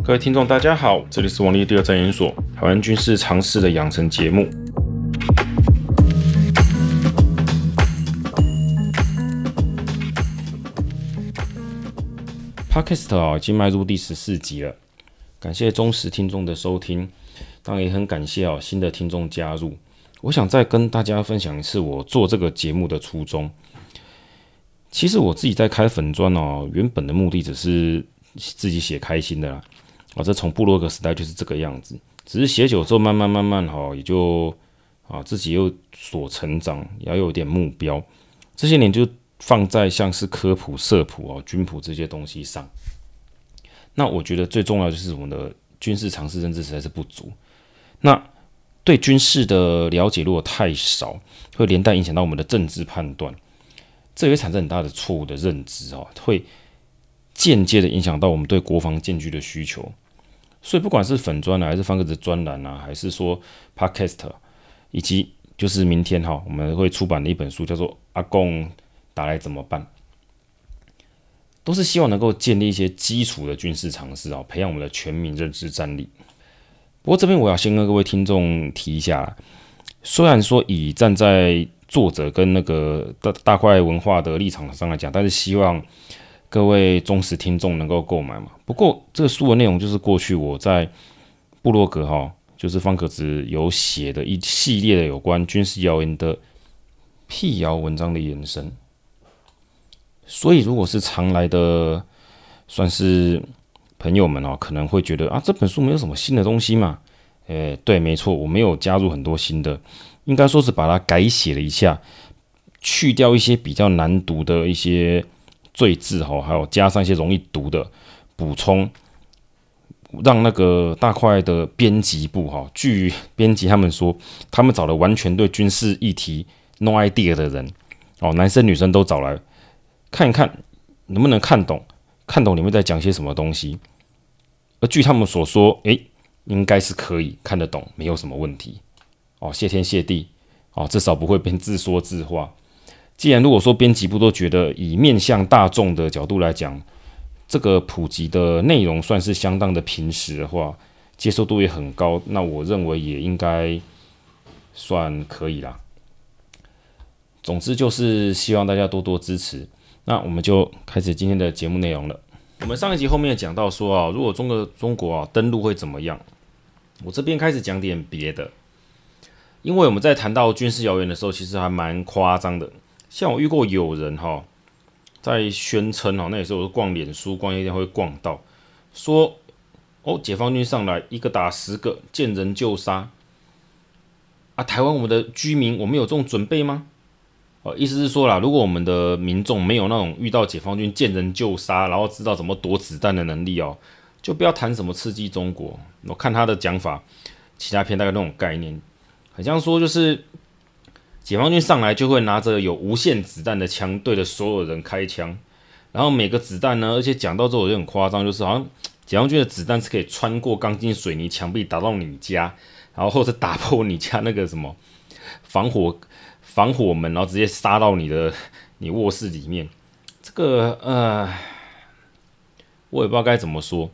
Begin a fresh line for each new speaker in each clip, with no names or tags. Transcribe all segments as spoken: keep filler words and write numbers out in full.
各位听众，大家好，这里是王力第二战研所台湾军事常识的养成节目。Podcast 啊，已经迈入第十四集了，感谢忠实听众的收听，当然也很感谢哦新的听众加入。我想再跟大家分享一次我做这个节目的初衷。其实我自己在开粉专哦，原本的目的只是自己写开心的啦。哦，这从部落格时代就是这个样子，只是写久之后，慢慢慢慢哈，也就啊自己又所成长，也要有点目标。这些年就放在像是科普、社普哦、军普这些东西上。那我觉得最重要就是我们的军事常识认知实在是不足。那对军事的了解如果太少，会连带影响到我们的政治判断，这也会产生很大的错误的认知哦，会间接的影响到我们对国防建军的需求。所以不管是粉专啊，还是方格子专栏啊，还是说 podcast， 以及就是明天哈我们会出版的一本书，叫做《阿公打来怎么办》，都是希望能够建立一些基础的军事常识啊，培养我们的全民认知战力。不过这边我要先跟各位听众提一下，虽然说以站在作者跟那个大大块文化的立场上来讲，但是希望各位忠实听众能够购买嘛。不过这个书的内容就是过去我在部落格哈，就是方格子有写的一系列的有关军事谣言的辟谣文章的延伸。所以如果是常来的算是朋友们哦，可能会觉得啊这本书没有什么新的东西嘛。诶，对，没错，我没有加入很多新的，应该说是把它改写了一下，去掉一些比较难读的一些赘字哈，还有加上一些容易读的补充，让那个大块的编辑部哈，据编辑他们说，他们找了完全对军事议题 no idea 的人哦，男生女生都找来看一看，能不能看懂，看懂里面在讲些什么东西。而据他们所说，诶，应该是可以看得懂，没有什么问题哦，谢天谢地哦，至少不会变自说自话。既然如果说编辑部都觉得以面向大众的角度来讲，这个普及的内容算是相当的平实的话，接受度也很高，那我认为也应该算可以啦。总之就是希望大家多多支持。那我们就开始今天的节目内容了。我们上一集后面讲到说啊，如果中国中国啊登陆会怎么样？我这边开始讲点别的，因为我们在谈到军事谣言的时候，其实还蛮夸张的。像我遇过有人哈，在宣称哈，那也是我逛脸书、逛夜店会逛到，说哦，解放军上来一个打十个，见人就杀啊！台湾我们的居民，我们有这种准备吗？哦，意思是说啦，如果我们的民众没有那种遇到解放军见人就杀，然后知道怎么躲子弹的能力哦，就不要谈什么刺激中国。我看他的讲法，其他片大概那种概念，很像说就是解放军上来就会拿着有无限子弹的枪对着所有人开枪，然后每个子弹呢，而且讲到之后就很夸张，就是好像解放军的子弹是可以穿过钢筋水泥墙壁打到你家，然后或者打破你家那个什么防火防火门，然后直接杀到你的你卧室里面。这个呃，我也不知道该怎么说，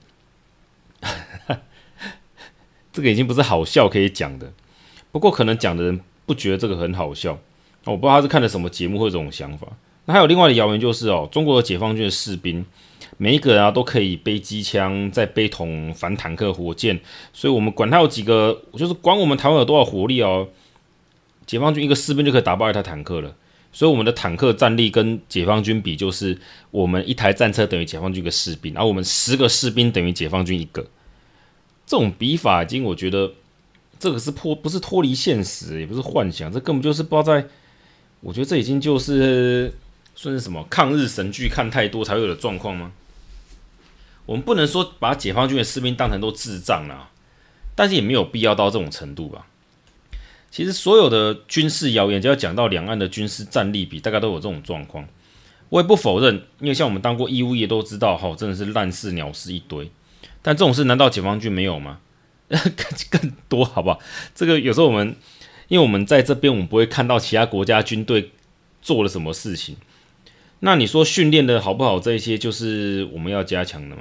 这个已经不是好笑可以讲的。不过可能讲的人不觉得这个很好笑，我不知道他是看了什么节目会有这种想法。那还有另外的谣言就是哦，中国的解放军的士兵每一个人啊都可以背机枪，再背桶反坦克火箭，所以我们管他有几个，就是管我们台湾有多少火力哦，解放军一个士兵就可以打爆一台坦克了。所以我们的坦克战力跟解放军比，就是我们一台战车等于解放军一个士兵，然后我们十个士兵等于解放军一个。这种比法已经，我觉得这个是脱不是脱离现实，也不是幻想，这根本就是不知道在。我觉得这已经就是算是什么抗日神剧看太多才会有的状况吗？我们不能说把解放军的士兵当成都智障啦，但是也没有必要到这种程度吧。其实所有的军事谣言，只要讲到两岸的军事战力比，大概都有这种状况。我也不否认，因为像我们当过义务役都知道，真的是烂事鸟事一堆。但这种事难道解放军没有吗？更多好不好？这个有时候我们，因为我们在这边，我们不会看到其他国家军队做了什么事情。那你说训练的好不好？这一些就是我们要加强的嘛。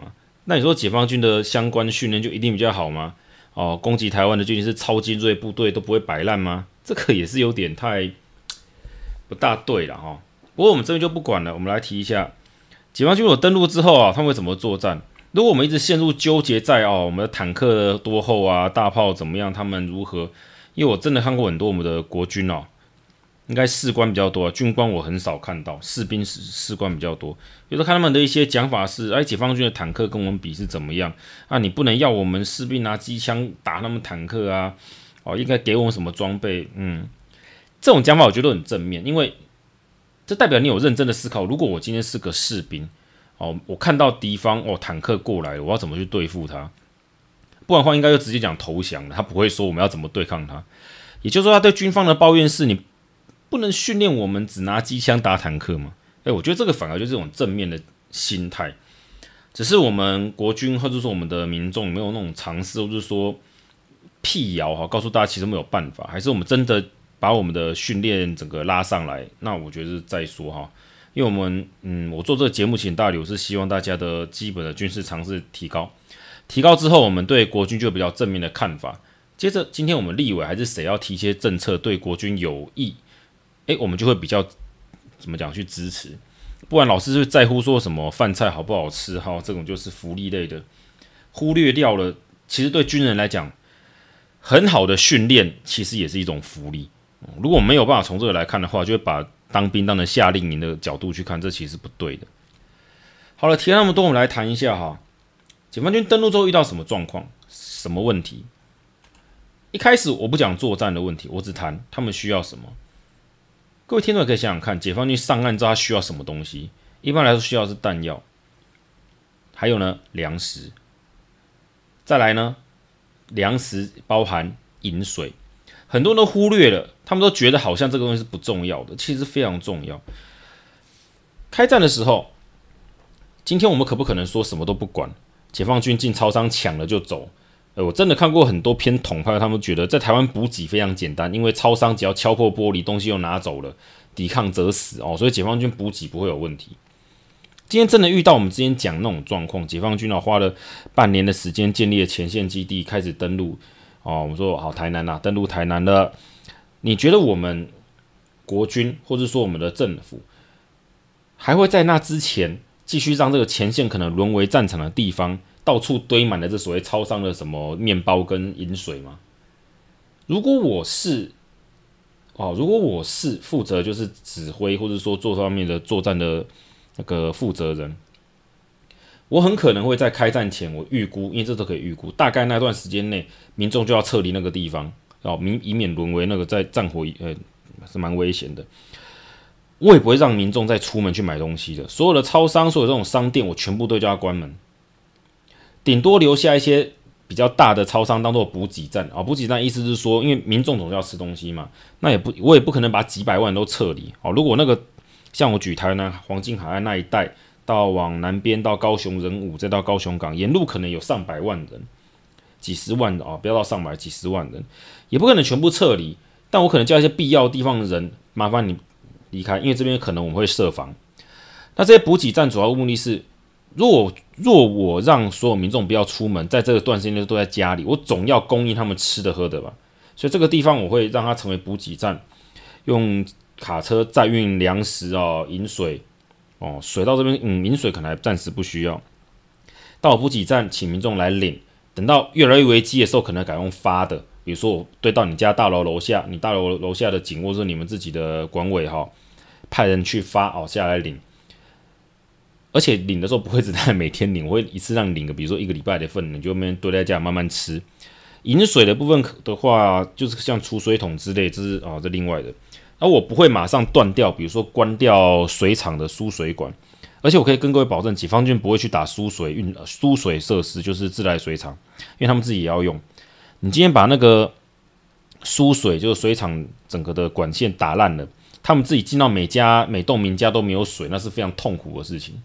那你说解放军的相关训练就一定比较好吗？哦，攻击台湾的究竟是超精锐部队都不会摆烂吗？这个也是有点太不大对了哈。不过我们这边就不管了，我们来提一下解放军有登陆之后啊，他们会怎么作战？如果我们一直陷入纠结在哦，我们的坦克多厚啊，大炮怎么样，他们如何？因为我真的看过很多我们的国军哦，应该士官比较多、啊，军官我很少看到，士兵士士官比较多。有时候看他们的一些讲法是，哎，解放军的坦克跟我们比是怎么样啊？你不能要我们士兵拿机枪打他们坦克啊？哦，应该给我们什么装备？嗯，这种讲法我觉得很正面，因为这代表你有认真的思考。如果我今天是个士兵，哦，我看到敌方哦坦克过来了，我要怎么去对付他？不然的话，应该就直接讲投降了。他不会说我们要怎么对抗他。也就是说，他对军方的抱怨是：你不能训练我们只拿机枪打坦克吗？哎，我觉得这个反而就是这种正面的心态。只是我们国军或者说我们的民众没有那种尝试，或者说辟谣哈，告诉大家其实没有办法，还是我们真的把我们的训练整个拉上来？那我觉得再说哈，因为我们嗯，我做这个节目请大理，我是希望大家的基本的军事常识提高，提高之后，我们对国军就有比较正面的看法。接着，今天我们立委还是谁要提一些政策对国军有益，哎，我们就会比较怎么讲去支持。不然老师是在乎说什么饭菜好不好吃哈，这种就是福利类的，忽略掉了。其实对军人来讲，很好的训练其实也是一种福利。如果没有办法从这个来看的话，就会把当兵当成夏令营的角度去看，这其实是不对的。好了，提了那么多，我们来谈一下哈，解放军登陆之后遇到什么状况、什么问题？一开始我不讲作战的问题，我只谈他们需要什么。各位听众也可以想想看，解放军上岸之后他需要什么东西？一般来说需要的是弹药，还有呢粮食，再来呢粮食包含饮水，很多人都忽略了，他们都觉得好像这个东西是不重要的，其实非常重要。开战的时候，今天我们可不可能说什么都不管？解放军进超商抢了就走？呃，我真的看过很多偏统派，他们觉得在台湾补给非常简单，因为超商只要敲破玻璃，东西又拿走了，抵抗则死哦，所以解放军补给不会有问题。今天真的遇到我们之前讲那种状况，解放军啊花了半年的时间建立了前线基地，开始登陆哦。我们说好台南啊，登陆台南了。你觉得我们国军或者说我们的政府还会在那之前继续让这个前线可能沦为战场的地方，到处堆满了这所谓超商的什么面包跟饮水吗？如果我是哦，如果我是负责就是指挥或者说做方面的作战的那个负责人，我很可能会在开战前，我预估，因为这都可以预估，大概那段时间内，民众就要撤离那个地方，哦，以免沦为那个在战火，呃，是蛮危险的。我也不会让民众再出门去买东西的，所有的超商，所有这种商店，我全部都叫他关门。顶多留下一些比较大的超商当做补给站啊，补给站意思是说，因为民众总是要吃东西嘛，那也不我也不可能把几百万都撤离哦。如果那个像我举台南黄金海岸那一带，到往南边到高雄仁武，再到高雄港，沿路可能有上百万人，几十万的哦，不要到上百，几十万人，也不可能全部撤离，但我可能叫一些必要的地方的人，麻烦你离开，因为这边可能我们会设防。那这些补给站主要目的是。若若我让所有民众不要出门，在这个段时间内都在家里，我总要供应他们吃的喝的吧。所以这个地方我会让它成为补给站，用卡车载运粮食哦、饮水哦，水到这边，嗯，饮水可能还暂时不需要。到补给站，请民众来领。等到越来越危机的时候，可能改用发的，比如说我对到你家大楼楼下，你大楼楼下的警卫是你们自己的管委哈，派人去发哦下来领。而且领的时候不会只在每天领，我会一次让你领个，比如说一个礼拜的份，你就那边堆在家慢慢吃。饮水的部分的话，就是像储水桶之类，这是啊、哦，这另外的。而我不会马上断掉，比如说关掉水厂的输水管，而且我可以跟各位保证，解放军不会去打输水运输水设施，就是自来水厂，因为他们自己也要用。你今天把那个输水，就是水厂整个的管线打烂了，他们自己进到每家每栋民家都没有水，那是非常痛苦的事情。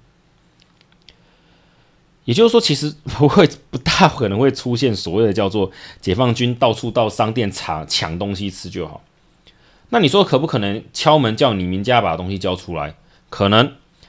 也就是说，其实不会不大可能会出现所谓的叫做解放军到处到商店抢抢东西吃就好。那你说可不可能敲门叫你民家把东西交出来？可能，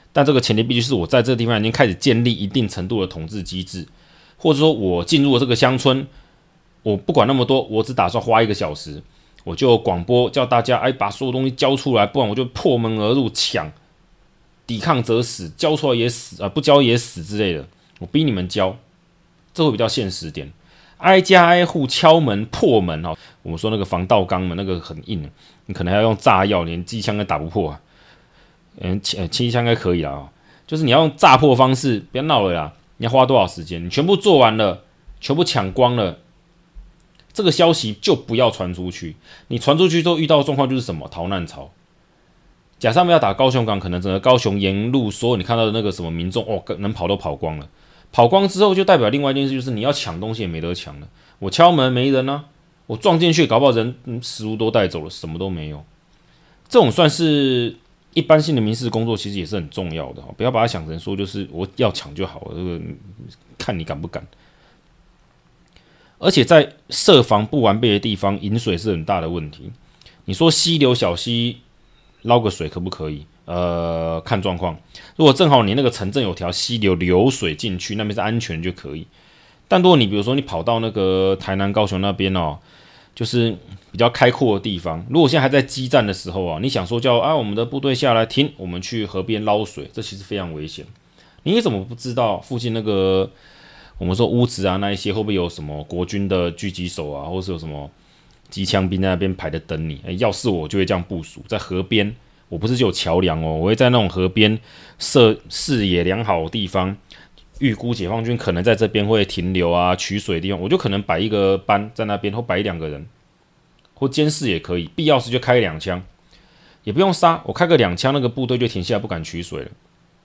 但这个前提必须是我在这个地方已经开始建立一定程度的统治机制，或者说我进入了这个乡村，我不管那么多，我只打算花一个小时，我就广播叫大家哎把所有东西交出来，不然我就破门而入抢，抵抗则死，交出来也死啊、呃，不交也死之类的，我逼你们交，这会比较现实点。挨家挨户敲门破门哦，我们说那个防盗钢门那个很硬，你可能还要用炸药，连机枪都打不破啊。嗯，轻机枪应该可以啦、哦，就是你要用炸破方式，不要闹了啦。你要花多少时间？你全部做完了，全部抢光了，这个消息就不要传出去。你传出去之后遇到的状况就是什么？逃难潮。假设他们要打高雄港，可能整个高雄沿路所有你看到的那个什么民众哦，能跑都跑光了。跑光之后就代表另外一件事，就是你要抢东西也没得抢了。我敲门没人啊，我撞进去，搞不好人、嗯、食物都带走了，什么都没有。这种算是一般性的民事工作，其实也是很重要的，不要把它想成说就是我要抢就好了，这个看你敢不敢。而且在设防不完备的地方，饮水是很大的问题。你说溪流小溪捞个水可不可以？呃，看状况。如果正好你那个城镇有条溪流流水进去，那边是安全就可以。但如果你比如说你跑到那个台南、高雄那边哦，就是比较开阔的地方，如果现在还在激战的时候啊，你想说叫啊我们的部队下来停，我们去河边捞水，这其实非常危险。你怎么不知道附近那个我们说屋子啊那一些会不会有什么国军的狙击手啊，或是有什么机枪兵在那边排着等你？欸、要是我就会这样部署在河边。我不是只有桥梁哦，我会在那种河边设视野良好的地方，预估解放军可能在这边会停留啊、取水的地方，我就可能摆一个班在那边，或摆一两个人，或监视也可以，必要时就开两枪，也不用杀，我开个两枪，那个部队就停下来不敢取水了。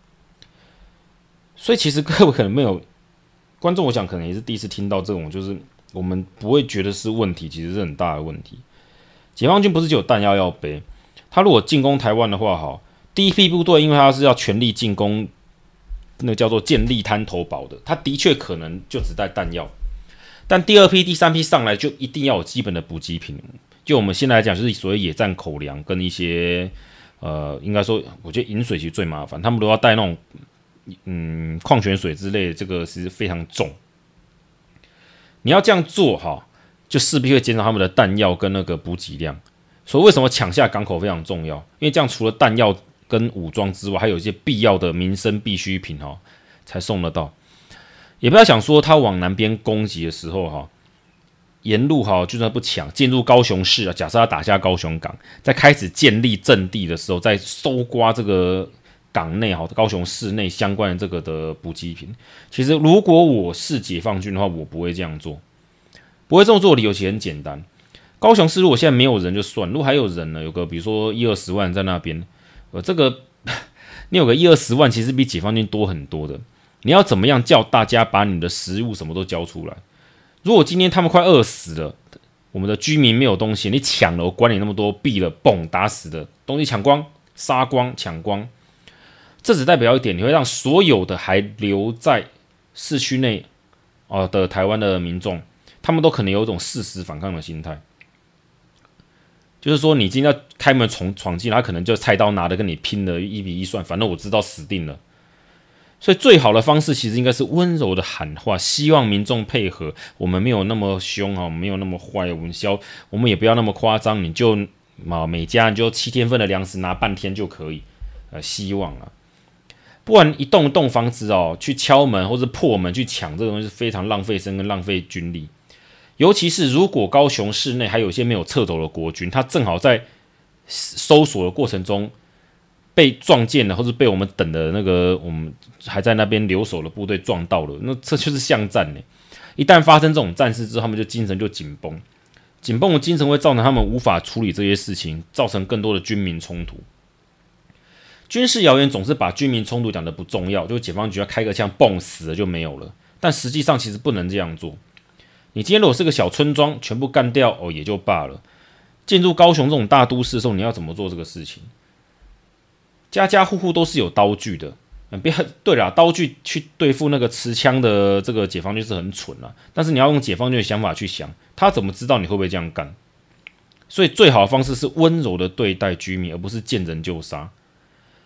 所以其实各位可能没有观众，我想可能也是第一次听到这种，就是我们不会觉得是问题，其实是很大的问题。解放军不是只有弹药要背。他如果进攻台湾的话，好，第一批部队因为他是要全力进攻，那个叫做建立滩投保的，他的确可能就只带弹药，但第二批、第三批上来就一定要有基本的补给品。就我们现在来讲，就是所谓野战口粮跟一些呃，应该说，我觉得饮水其实最麻烦，他们都要带那种嗯矿泉水之类的，这个是非常重。你要这样做哈，就势必会减少他们的弹药跟那个补给量。所以为什么抢下港口非常重要？因为这样除了弹药跟武装之外，还有一些必要的民生必需品哈，才送得到。也不要想说他往南边攻击的时候哈，沿路哈就算不抢，进入高雄市啊，假设他打下高雄港，在开始建立阵地的时候，在搜刮这个港内哈高雄市内相关的这个的补给品。其实如果我是解放军的话，我不会这样做。不会这么做的理由其实很简单。高雄市如果现在没有人就算，如果还有人呢，有个比如说一二十万在那边，呃，这个你有个一二十万，其实比解放军多很多的。你要怎么样叫大家把你的食物什么都交出来？如果今天他们快饿死了，我们的居民没有东西，你抢了，我管你那么多，毙了，嘣，打死的东西抢光、杀光、抢光，这只代表一点，你会让所有的还留在市区内哦的台湾的民众，他们都可能有一种誓死反抗的心态。就是说，你今天要开门闯闯进来，他可能就菜刀拿着跟你拼了一比一算，反正我知道死定了。所以最好的方式其实应该是温柔的喊话，希望民众配合。我们没有那么凶啊，没有那么坏，我们消，我们也不要那么夸张。你就啊，每家你就七天份的粮食拿半天就可以。呃，希望啊，不然一栋一栋房子哦，去敲门或者破门去抢这个东西是非常浪费生跟浪费军力。尤其是如果高雄市内还有一些没有撤走的国军，他正好在搜索的过程中被撞见了，或者被我们等的那个我们还在那边留守的部队撞到了，那这就是巷战呢。一旦发生这种战事之后，他们就精神就紧绷，紧绷的精神会造成他们无法处理这些事情，造成更多的军民冲突。军事谣言总是把军民冲突讲得不重要，就解放军要开个枪蹦死了就没有了，但实际上其实不能这样做。你今天如果是个小村庄，全部干掉哦也就罢了。进入高雄这种大都市的时候，你要怎么做这个事情？家家户户都是有刀具的，嗯，不要对啦，刀具去对付那个持枪的这个解放军是很蠢啦。但是你要用解放军的想法去想，他怎么知道你会不会这样干？所以最好的方式是温柔的对待居民，而不是见人就杀。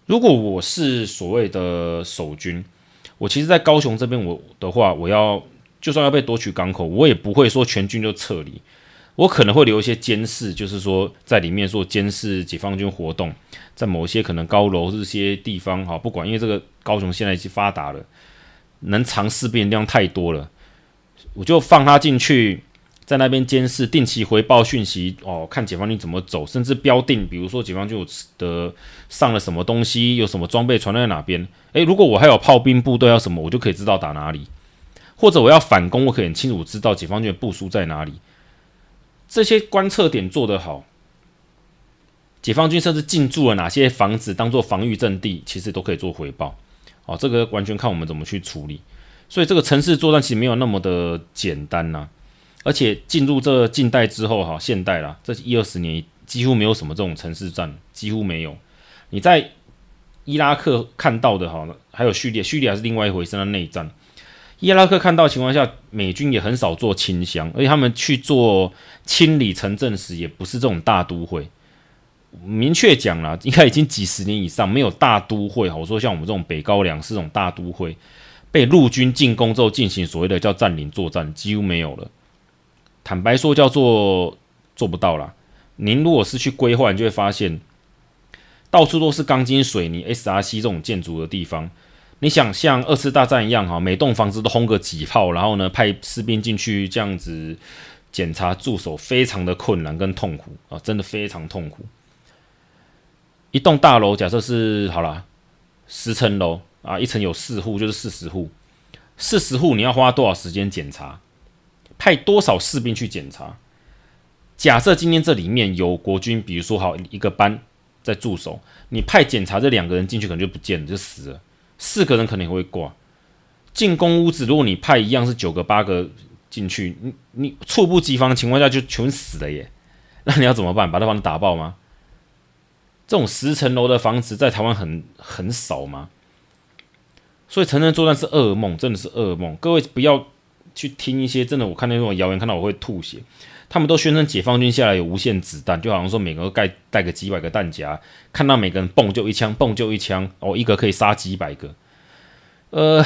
如果我是所谓的守军，我其实在高雄这边我的话，我要就算要被夺取港口，我也不会说全军就撤离，我可能会留一些监视，就是说在里面做监视解放军活动，在某些可能高楼这些地方，哈，不管，因为这个高雄现在已经发达了，能藏士兵的量太多了，我就放他进去，在那边监视，定期回报讯息哦，看解放军怎么走，甚至标定，比如说解放军有的上了什么东西，有什么装备传在哪边，诶，如果我还有炮兵部队要什么，我就可以知道打哪里，或者我要反攻，我可以很清楚知道解放军的部署在哪里。这些观测点做得好，解放军甚至进驻了哪些房子当做防御阵地，其实都可以做回报。哦，这个完全看我们怎么去处理。所以这个城市作战其实没有那么的简单呐、啊，而且进入这近代之后，哈，现代啦，这一二十年几乎没有什么这种城市战，几乎没有。你在伊拉克看到的，哈，还有叙利亚，叙利亚是另外一回事，那内战。伊拉克看到的情况下，美军也很少做清乡，而且他们去做清理城镇时，也不是这种大都会。明确讲啦，应该已经几十年以上没有大都会。我说像我们这种北高梁是这种大都会，被陆军进攻之后进行所谓的叫占领作战，几乎没有了。坦白说，叫做做不到啦。您如果是去规划，你就会发现，到处都是钢筋水泥、S R C 这种建筑的地方。你想像二次大战一样哈，每栋房子都轰个几炮，然后呢派士兵进去这样子检查驻守，非常的困难跟痛苦啊，真的非常痛苦。一栋大楼假设是好啦，十层楼啊，一层有四户就是四十户，四十户你要花多少时间检查？派多少士兵去检查？假设今天这里面有国军，比如说好一个班在驻守，你派检查这两个人进去可能就不见了，就死了。四个人可能也会挂。进攻屋子，如果你派一样是九个八个进去，你你猝不及防的情况下就全死了耶。那你要怎么办？把那房子打爆吗？这种十层楼的房子在台湾很很少吗？所以城镇作战是噩梦，真的是噩梦。各位不要去听一些真的，我看那种谣言，看到我会吐血。他们都宣称解放军下来有无限子弹，就好像说每个人带带个几百个弹夹，看到每个人蹦就一枪，蹦就一枪，哦，一个可以杀几百个。呃，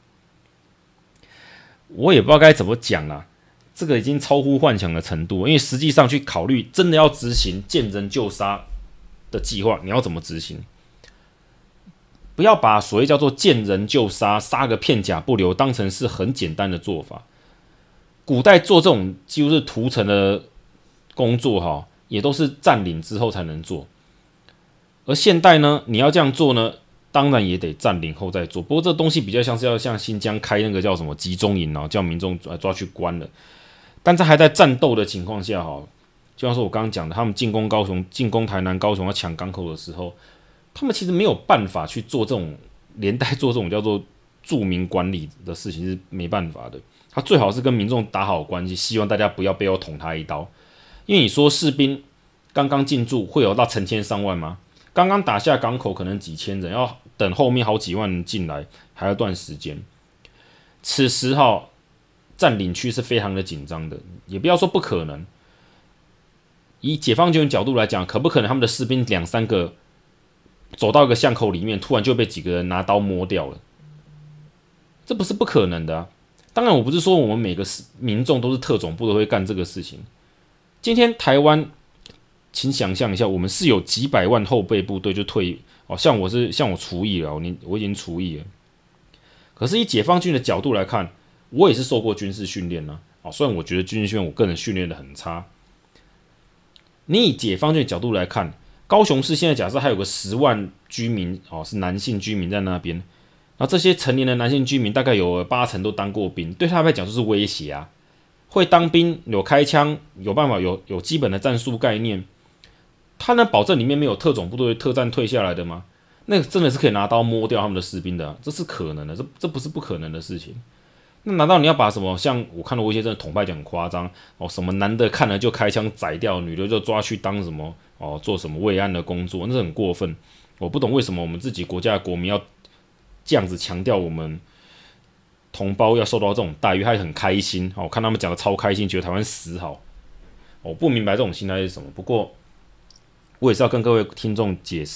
我也不知道该怎么讲啦，这个已经超乎幻想的程度，因为实际上去考虑真的要执行见人就杀的计划，你要怎么执行？不要把所谓叫做见人就杀，杀个片甲不留，当成是很简单的做法。古代做这种几乎是屠城的工作哈，也都是占领之后才能做。而现代呢，你要这样做呢，当然也得占领后再做。不过这东西比较像是要像新疆开那个叫什么集中营啊，叫民众抓去关了。但在还在战斗的情况下哈，就像说我刚刚讲的，他们进攻高雄、进攻台南、高雄要抢港口的时候，他们其实没有办法去做这种连带做这种叫做住民管理的事情，是没办法的。他最好是跟民众打好关系，希望大家不要背后捅他一刀。因为你说士兵刚刚进驻会有到成千上万吗？刚刚打下港口可能几千人，要等后面好几万人进来，还要段时间。此时哈，占领区是非常的紧张的，也不要说不可能。以解放军的角度来讲，可不可能他们的士兵两三个走到一个巷口里面，突然就被几个人拿刀摸掉了？这不是不可能的啊。当然，我不是说我们每个民众都是特种部都会干这个事情。今天台湾，请想象一下，我们是有几百万后备部队就退哦，像我是像我除役了，我我已经除役了。可是以解放军的角度来看，我也是受过军事训练呢。哦，虽然我觉得军事训练我个人训练的很差。你以解放军的角度来看，高雄市现在假设还有个十万居民哦，是男性居民在那边。然后这些成年的男性居民大概有八成都当过兵，对他们来讲就是威胁啊。会当兵、有开枪、有办法、有有基本的战术概念，他能保证里面没有特种部队特战退下来的吗？那个真的是可以拿刀摸掉他们的士兵的、啊，这是可能的，这这不是不可能的事情。那难道你要把什么像我看到过一些真的统派讲很夸张哦，什么男的看了就开枪宰掉，女的就抓去当什么哦做什么慰安的工作，那是很过分。我不懂为什么我们自己国家的国民要这样子强调我们同胞要受到这种待遇，他也很开心。我看他们讲的超开心，觉得台湾死好。我不明白这种心态是什么。不过我也是要跟各位听众解释，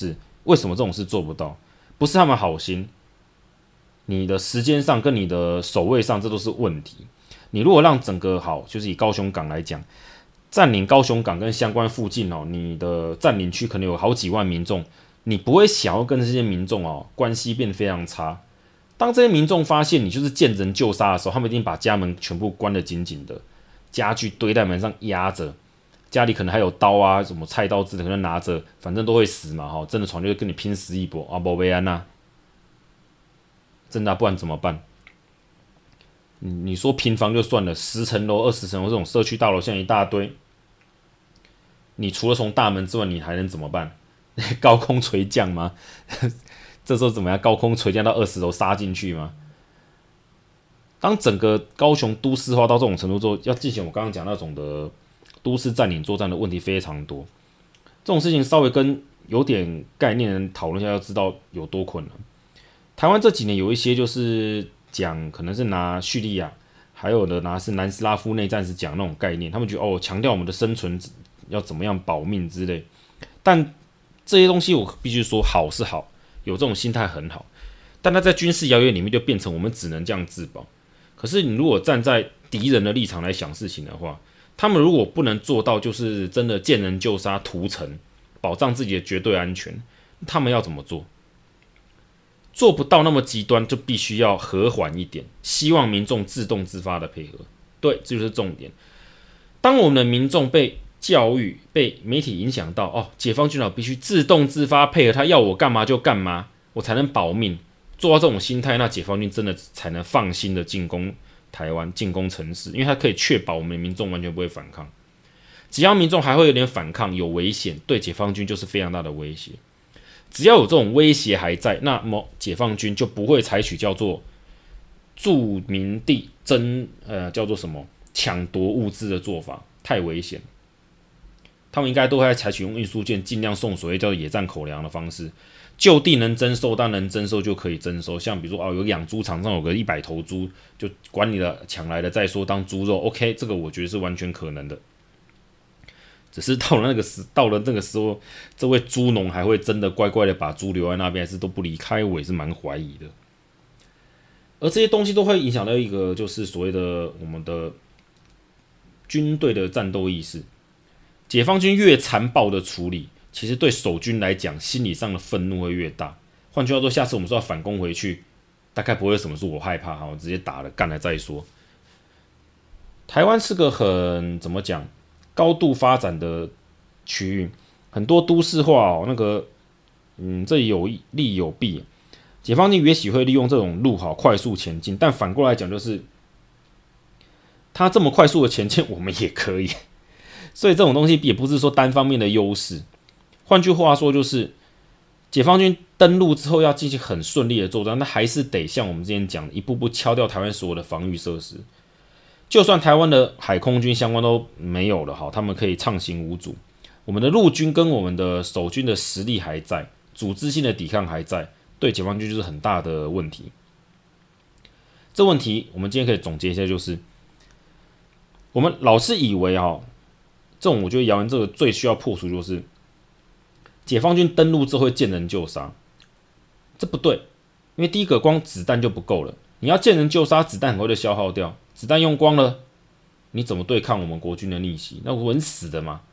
为什么这种事做不到？不是他们好心，你的时间上跟你的守卫上，这都是问题。你如果让整个好，就是以高雄港来讲，占领高雄港跟相关附近哦，你的占领区可能有好几万民众，你不会想要跟这些民众哦关系变非常差。当这些民众发现你就是见人就杀的时候，他们一定把家门全部关得紧紧的，家具堆在门上压着，家里可能还有刀啊，什么菜刀之类的，可能拿着，反正都会死嘛哈。真的闯就跟你拼死一搏啊，不维安呐，真的、啊、不然怎么办？你你说平房就算了，十层楼、二十层楼这种社区大楼现在一大堆，你除了从大门之外，你还能怎么办？高空垂降吗？这时候怎么样？高空垂降到二十楼杀进去吗？当整个高雄都市化到这种程度之后，要进行我刚刚讲那种的都市占领作战的问题非常多。这种事情稍微跟有点概念的人讨论一下，要知道有多困难。台湾这几年有一些就是讲，可能是拿叙利亚，还有的拿是南斯拉夫内战时讲那种概念，他们觉得哦，强调我们的生存要怎么样保命之类。但这些东西我必须说好是好，有这种心态很好，但它在军事谣言里面就变成我们只能这样自保。可是你如果站在敌人的立场来想事情的话，他们如果不能做到就是真的见人就杀屠城，保障自己的绝对安全，他们要怎么做？做不到那么极端，就必须要和缓一点，希望民众自动自发的配合。对，这就是重点。当我们的民众被教育、被媒体影响到，哦，解放军佬必须自动自发配合，他要我干嘛就干嘛，我才能保命。做到这种心态，那解放军真的才能放心的进攻台湾、进攻城市，因为他可以确保我们的民众完全不会反抗。只要民众还会有点反抗、有危险，对解放军就是非常大的威胁。只要有这种威胁还在，那么解放军就不会采取叫做驻民地争呃叫做什么抢夺物资的做法，太危险。他们应该都会采取用运输舰尽量送所谓叫做野战口粮的方式，就地能征收，当然能征收就可以征收。像比如说哦，有养猪场上有个一百头猪，就管你的抢来的再说当猪肉 ，OK， 这个我觉得是完全可能的。只是到了那个时，到了那个时候，这位猪农还会真的乖乖的把猪留在那边，还是都不离开？我也是蛮怀疑的。而这些东西都会影响到一个，就是所谓的我们的军队的战斗意识。解放军越残暴的处理，其实对守军来讲，心理上的愤怒会越大。换句话说，下次我们说要反攻回去，大概不会有什么是我害怕哈，我直接打了干了再说。台湾是个很怎么讲？高度发展的区域，很多都市化哦，那个，嗯，这有利有弊。解放军也许会利用这种路好快速前进，但反过来讲，就是他这么快速的前进，我们也可以。所以这种东西也不是说单方面的优势。换句话说，就是解放军登陆之后要进行很顺利的作战，那还是得像我们之前讲的，一步步敲掉台湾所有的防御设施。就算台湾的海空军相关都没有了，他们可以畅行无阻。我们的陆军跟我们的守军的实力还在，组织性的抵抗还在，对解放军就是很大的问题。这问题我们今天可以总结一下，就是我们老是以为哈，这种我觉得谣言这个最需要破除，就是解放军登陆之后会见人就杀，这不对，因为第一个光子弹就不够了，你要见人就杀，子弹很快就消耗掉。子弹用光了，你怎么对抗我们国军的逆袭？那稳死的嘛！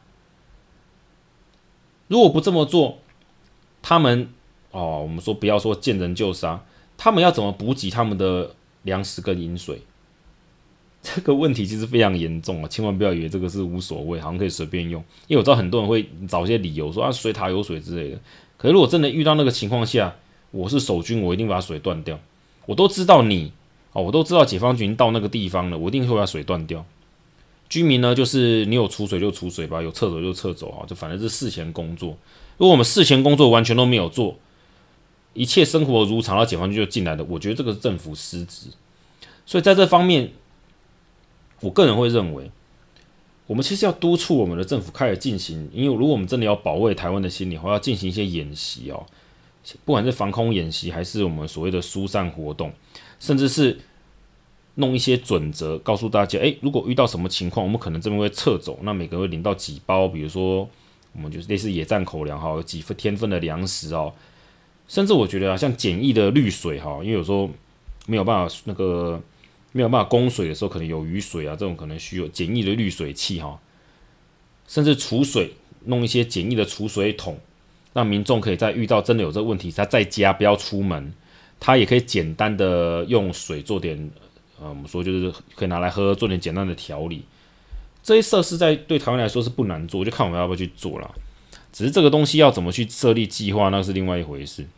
如果不这么做，他们哦，我们说不要说见人就杀，他们要怎么补给他们的粮食跟饮水？这个问题其实非常严重啊！千万不要以为这个是无所谓，好像可以随便用。因为我知道很多人会找一些理由说啊，水塔有水之类的。可是如果真的遇到那个情况下，我是守军，我一定把水断掉。我都知道你。哦，我都知道解放军到那个地方了，我一定会把水断掉。居民呢，就是你有储水就储水吧，有撤走就撤走啊，就反正是事前工作。如果我们事前工作完全都没有做，一切生活如常，然后解放军就进来了，我觉得这个是政府失职。所以在这方面，我个人会认为，我们其实要督促我们的政府开始进行，因为如果我们真的要保卫台湾的心理的话，要进行一些演习哦，不管是防空演习，还是我们所谓的疏散活动。甚至是弄一些准则，告诉大家，哎，如果遇到什么情况，我们可能这边会撤走，那每个人会领到几包，比如说我们就是类似野战口粮哈，有几分天分的粮食哦，甚至我觉得啊，像简易的滤水哈，因为有时候没有办法那个没有办法供水的时候，可能有雨水啊，这种可能需要简易的滤水器哈，甚至储水，弄一些简易的储水桶，让民众可以在遇到真的有这个问题，他在家不要出门，他也可以简单的用水做点，呃，我们说就是可以拿来喝，做点简单的调理。这些设施在对台湾来说是不难做，就看我们要不要去做啦。只是这个东西要怎么去设立计划，那是另外一回事。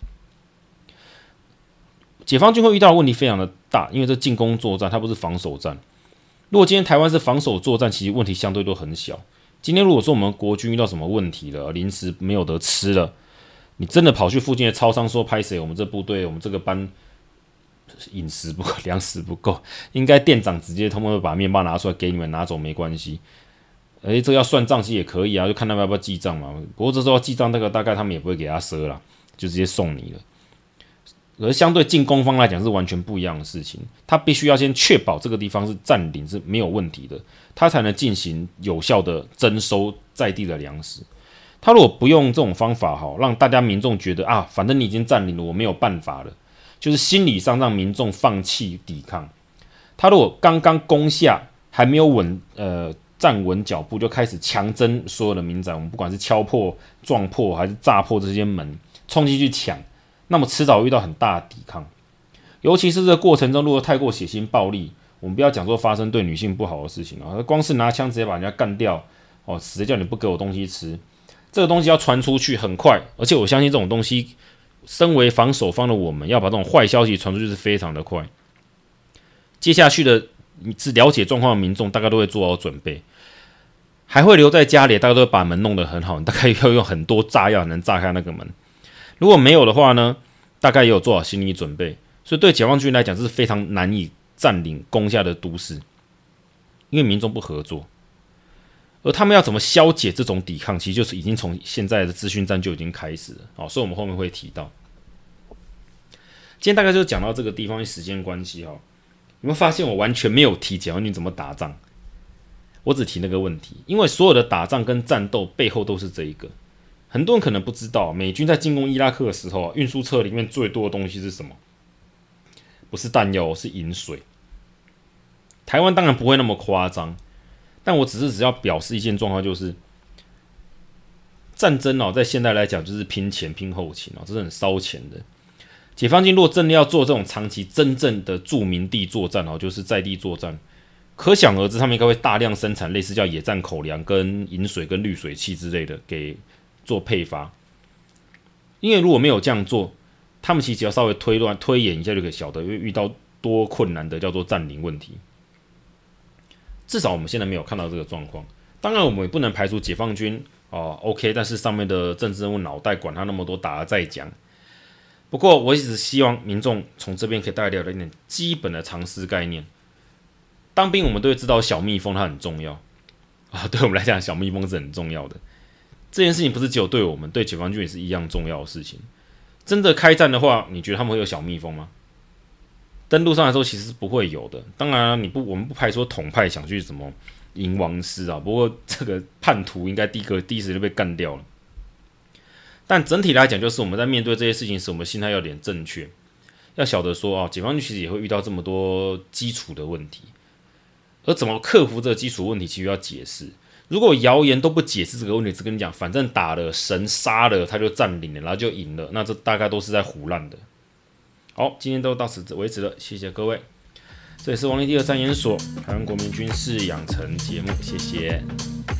解放军会遇到的问题非常的大，因为这进攻作战，它不是防守战。如果今天台湾是防守作战，其实问题相对都很小。今天如果说我们国军遇到什么问题了，临时没有得吃了，你真的跑去附近的超商说拍谁，我们这部队，我们这个班饮食不够，粮食不够，应该店长直接他们会把面包拿出来给你们拿走，没关系。哎，这个要算账其实也可以啊，就看他们要不要记账嘛。不过这时候记账那个大概他们也不会给他赊啦，就直接送你了。而相对进攻方来讲是完全不一样的事情，他必须要先确保这个地方是占领是没有问题的，他才能进行有效的征收在地的粮食。他如果不用这种方法哈，让大家民众觉得啊，反正你已经占领了，我没有办法了，就是心理上让民众放弃抵抗。他如果刚刚攻下还没有稳呃站稳脚步，就开始强征所有的民宅，我们不管是敲破、撞破还是炸破这些门，冲进去抢。那么迟早遇到很大的抵抗，尤其是这个过程中，如果太过血腥暴力，我们不要讲说发生对女性不好的事情啊，光是拿枪直接把人家干掉，哦，死的叫你不给我东西吃，这个东西要传出去很快，而且我相信这种东西，身为防守方的我们要把这种坏消息传出去是非常的快。接下去的是了解状况的民众，大概都会做好准备，还会留在家里，大家都会把门弄得很好，大概要用很多炸药能炸开那个门。如果没有的话呢，大概也有做好心理准备，所以对解放军来讲是非常难以占领攻下的都市，因为民众不合作，而他们要怎么消解这种抵抗，其实就是已经从现在的资讯战就已经开始了，哦，所以我们后面会提到。今天大概就讲到这个地方，因为时间关系哈，有没有发现我完全没有提解放军怎么打仗？我只提那个问题，因为所有的打仗跟战斗背后都是这一个。很多人可能不知道，美军在进攻伊拉克的时候，运输车里面最多的东西是什么？不是弹药，是饮水。台湾当然不会那么夸张，但我只是只要表示一件状况，就是战争哦，在现代来讲就是拼钱、拼后勤哦，这是很烧钱的。解放军如果真的要做这种长期真正的驻民地作战哦，就是在地作战，可想而知，他们应该会大量生产类似叫野战口粮、跟饮水、跟滤水器之类的给。做配发，因为如果没有这样做，他们其实只要稍微推断、推演一下就可以晓得，因为遇到多困难的叫做占领问题。至少我们现在没有看到这个状况。当然，我们也不能排除解放军哦 ，OK， 但是上面的政治人物脑袋管他那么多，打了再讲。不过，我一直希望民众从这边可以大概了解一点基本的常识概念。当兵，我们都会知道小蜜蜂它很重要啊，对我们来讲，小蜜蜂是很重要的。这件事情不是只有对我们，对解放军也是一样重要的事情。真的开战的话，你觉得他们会有小蜜蜂吗？登陆上来说，其实是不会有的。当然，你不，我们不排除统派想去什么迎王师啊，不过这个叛徒应该第一个第一时间就被干掉了。但整体来讲，就是我们在面对这些事情时，我们心态要有点正确，要晓得说啊，解放军其实也会遇到这么多基础的问题，而怎么克服这个基础问题，其实要解释。如果谣言都不解释这个问题，只跟你讲，反正打了神杀了，他就占领了，然后就赢了，那这大概都是在胡乱的。好，今天都到此为止了，谢谢各位。这里是王立第二战研所台湾国民军事养成节目，谢谢。